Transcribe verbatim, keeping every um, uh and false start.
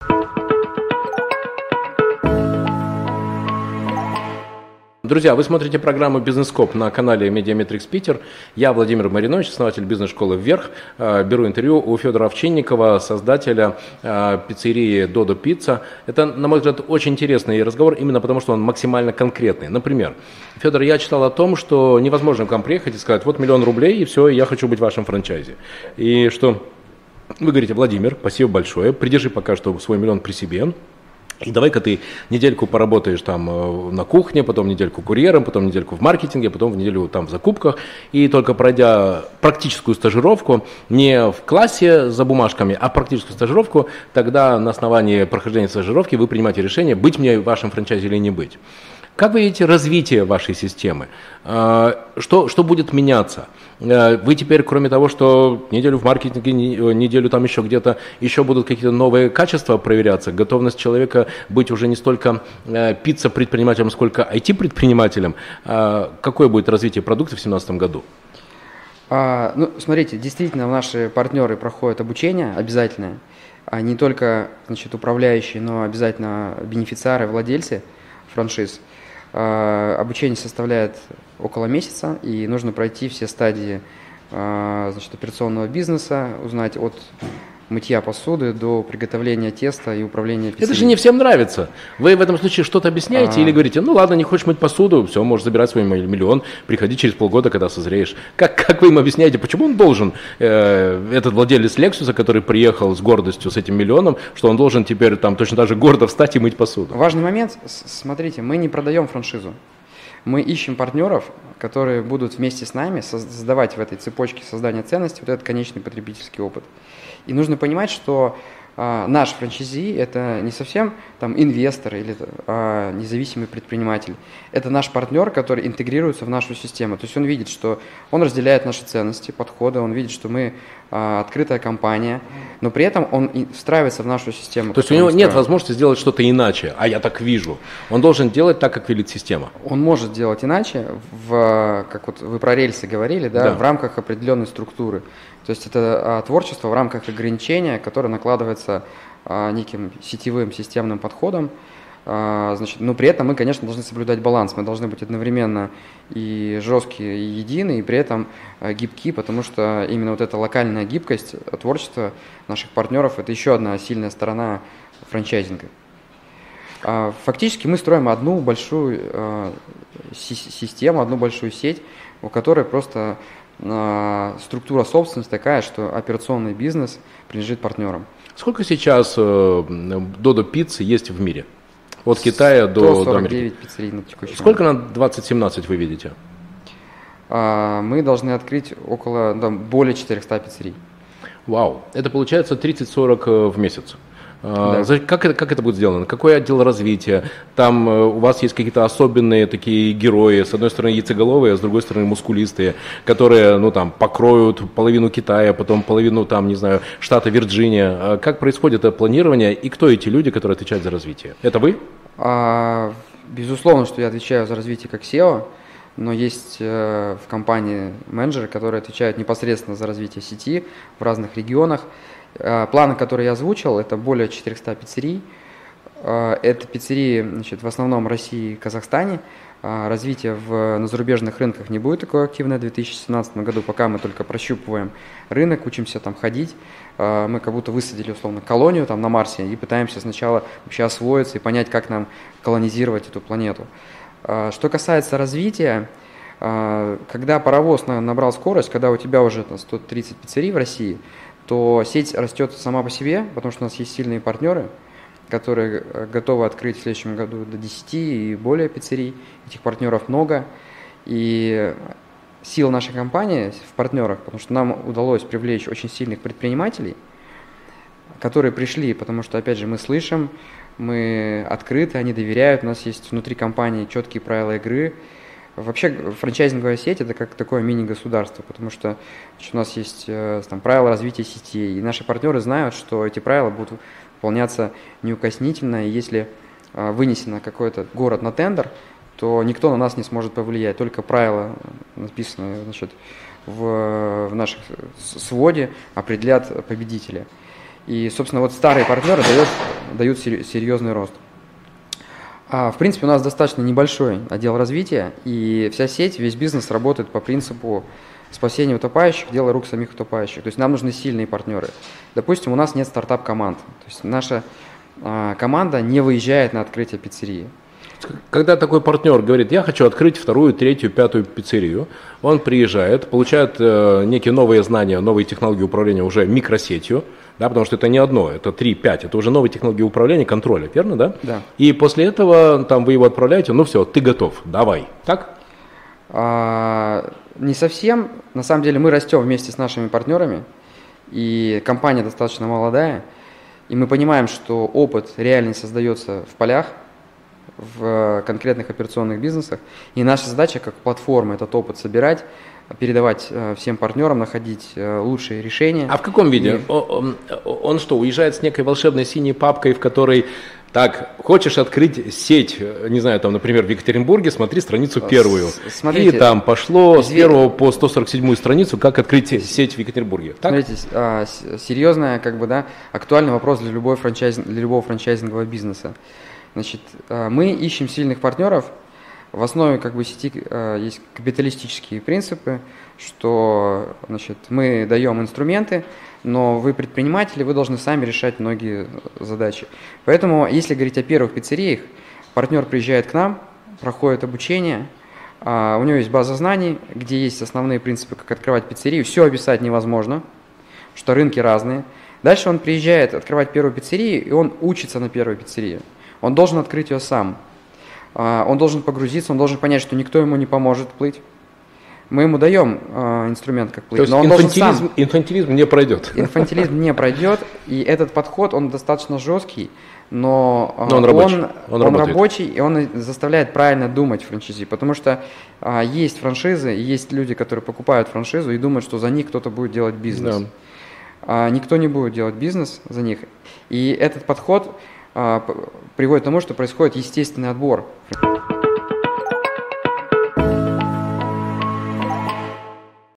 Друзья, вы смотрите программу «Бизнес-коп» на канале Медиаметрикс Питер. Я Владимир Маринович, основатель бизнес-школы «Вверх». Беру интервью у Федора Овчинникова, создателя пиццерии «Додо Пицца». Это, на мой взгляд, очень интересный разговор, именно потому что он максимально конкретный. Например, Федор, я читал о том, что невозможно к вам приехать и сказать: вот миллион рублей, и все, я хочу быть в вашем франчайзе. И что вы говорите: Владимир, спасибо большое, придержи пока что свой миллион при себе. И давай-ка ты недельку поработаешь там на кухне, потом недельку курьером, потом недельку в маркетинге, потом в неделю там в закупках. И только пройдя практическую стажировку, не в классе за бумажками, а практическую стажировку, тогда на основании прохождения стажировки вы принимаете решение, быть мне в вашем франчайзе или не быть. Как вы видите развитие вашей системы? Что, что будет меняться? Вы теперь, кроме того, что неделю в маркетинге, неделю там еще где-то, еще будут какие-то новые качества проверяться, готовность человека быть уже не столько пицца-предпринимателем, сколько ай ти-предпринимателем. Какое будет развитие продукта в две тысячи семнадцатом году? А, ну, смотрите, действительно, наши партнеры проходят обучение обязательное, а не только, значит, управляющие, но обязательно бенефициары, владельцы франшиз. Обучение составляет около месяца, и нужно пройти все стадии, значит, операционного бизнеса, узнать от мытья посуды до приготовления теста и управления пиццерией. Это же не всем нравится. Вы в этом случае что-то объясняете а... или говорите: ну ладно, не хочешь мыть посуду, все, можешь забирать свой миллион, приходи через полгода, когда созреешь. Как, как вы им объясняете, почему он должен, э, этот владелец Лексуса, который приехал с гордостью с этим миллионом, что он должен теперь там точно так же гордо встать и мыть посуду? Важный момент, смотрите, мы не продаем франшизу. Мы ищем партнеров, которые будут вместе с нами создавать в этой цепочке создания ценностей вот этот конечный потребительский опыт. И нужно понимать, что а, наш франчайзи – это не совсем там инвестор или а, независимый предприниматель. Это наш партнер, который интегрируется в нашу систему. То есть он видит, что он разделяет наши ценности, подходы, он видит, что мы а, открытая компания, но при этом он встраивается в нашу систему. То есть у него нет возможности сделать что-то иначе, а я так вижу. Он должен делать так, как велит система. Он может делать иначе, в, как вот вы про рельсы говорили, да, да. в рамках определенной структуры. То есть это а, творчество в рамках ограничения, которое накладывается а, неким сетевым системным подходом. А, значит, но при этом мы, конечно, должны соблюдать баланс. Мы должны быть одновременно и жесткие, и едины, и при этом а, гибки, потому что именно вот эта локальная гибкость, творчество наших партнеров – это еще одна сильная сторона франчайзинга. А, фактически мы строим одну большую а, си- систему, одну большую сеть, у которой просто… структура собственности такая, что операционный бизнес принадлежит партнерам. Сколько сейчас Додо Пиццы есть в мире? От Китая до, до Америки. пиццерий на текущий Сколько момент. На двадцать семнадцать вы видите? А, мы должны открыть около, да, более четырехсот пиццерий. Вау, это получается тридцать-сорок в месяц. Да. Как это, как это будет сделано? Какой отдел развития? Там у вас есть какие-то особенные такие герои, с одной стороны яйцеголовые, а с другой стороны мускулистые, которые, ну, там, покроют половину Китая, потом половину, там, не знаю, штата Вирджиния. Как происходит это планирование и кто эти люди, которые отвечают за развитие? Это вы? А, безусловно, что я отвечаю за развитие как сео, но есть э, в компании менеджеры, которые отвечают непосредственно за развитие сети в разных регионах. Планы, которые я озвучил, это более четырехсот пиццерий. Это пиццерии, значит, в основном России и Казахстане. Развитие в, на зарубежных рынках не будет такое активное в две тысячи семнадцатом году, пока мы только прощупываем рынок, учимся там ходить. Мы как будто высадили, условно, колонию там на Марсе и пытаемся сначала вообще освоиться и понять, как нам колонизировать эту планету. Что касается развития, когда паровоз набрал скорость, когда у тебя уже сто тридцать пиццерий в России, то сеть растет сама по себе, потому что у нас есть сильные партнеры, которые готовы открыть в следующем году до десяти и более пиццерий. Этих партнеров много. И сила нашей компании в партнерах, потому что нам удалось привлечь очень сильных предпринимателей, которые пришли, потому что, опять же, мы слышим, мы открыты, они доверяют, у нас есть внутри компании четкие правила игры. Вообще франчайзинговая сеть – это как такое мини-государство, потому что у нас есть там правила развития сетей, и наши партнеры знают, что эти правила будут выполняться неукоснительно, и если вынесено какой-то город на тендер, то никто на нас не сможет повлиять, только правила, написанные, значит, в, в нашем своде, определят победителя. И, собственно, вот старые партнеры дают, дают серьезный рост. А, в принципе, у нас достаточно небольшой отдел развития, и вся сеть, весь бизнес работает по принципу спасения утопающих, дело рук самих утопающих. То есть нам нужны сильные партнеры. Допустим, у нас нет стартап-команд. То есть наша а, команда не выезжает на открытие пиццерии. Когда такой партнер говорит, я хочу открыть вторую, третью, пятую пиццерию, он приезжает, получает э, некие новые знания, новые технологии управления уже микросетью, да, потому что это не одно, это три, пять, это уже новые технологии управления, контроля, верно, да? Да. И после этого там вы его отправляете, ну все, ты готов, давай, так? А, не совсем. На самом деле мы растем вместе с нашими партнерами, и компания достаточно молодая, и мы понимаем, что опыт реально создается в полях, в конкретных операционных бизнесах. И наша задача как платформа этот опыт собирать, передавать всем партнерам, находить лучшие решения. А в каком виде? И... Он, он что, уезжает с некой волшебной синей папкой, в которой, так, хочешь открыть сеть, не знаю, там, например, в Екатеринбурге, смотри страницу первую. Смотрите, и там пошло извин... с первого по сто сорок седьмую страницу, как открыть сеть в Екатеринбурге. Так? Смотрите, серьезный, как бы, да, актуальный вопрос для, любой франчайз... для любого франчайзингового бизнеса. Значит, мы ищем сильных партнеров. В основе как бы сети есть капиталистические принципы, что, значит, мы даем инструменты, но вы предприниматели, вы должны сами решать многие задачи. Поэтому, если говорить о первых пиццериях, партнер приезжает к нам, проходит обучение, у него есть база знаний, где есть основные принципы, как открывать пиццерию. Все описать невозможно, что рынки разные. Дальше он приезжает открывать первую пиццерию, и он учится на первой пиццерии. Он должен открыть ее сам. Он должен погрузиться, он должен понять, что никто ему не поможет плыть. Мы ему даем инструмент, как плыть. То есть но он инфантилизм, сам... инфантилизм не пройдет. Инфантилизм не пройдет, и этот подход, он достаточно жесткий, но, но он, он, рабочий, он, он рабочий, и он заставляет правильно думать франчайзи, потому что а, есть франшизы, есть люди, которые покупают франшизу и думают, что за них кто-то будет делать бизнес. Да. А, никто не будет делать бизнес за них, и этот подход приводит к тому, что происходит естественный отбор.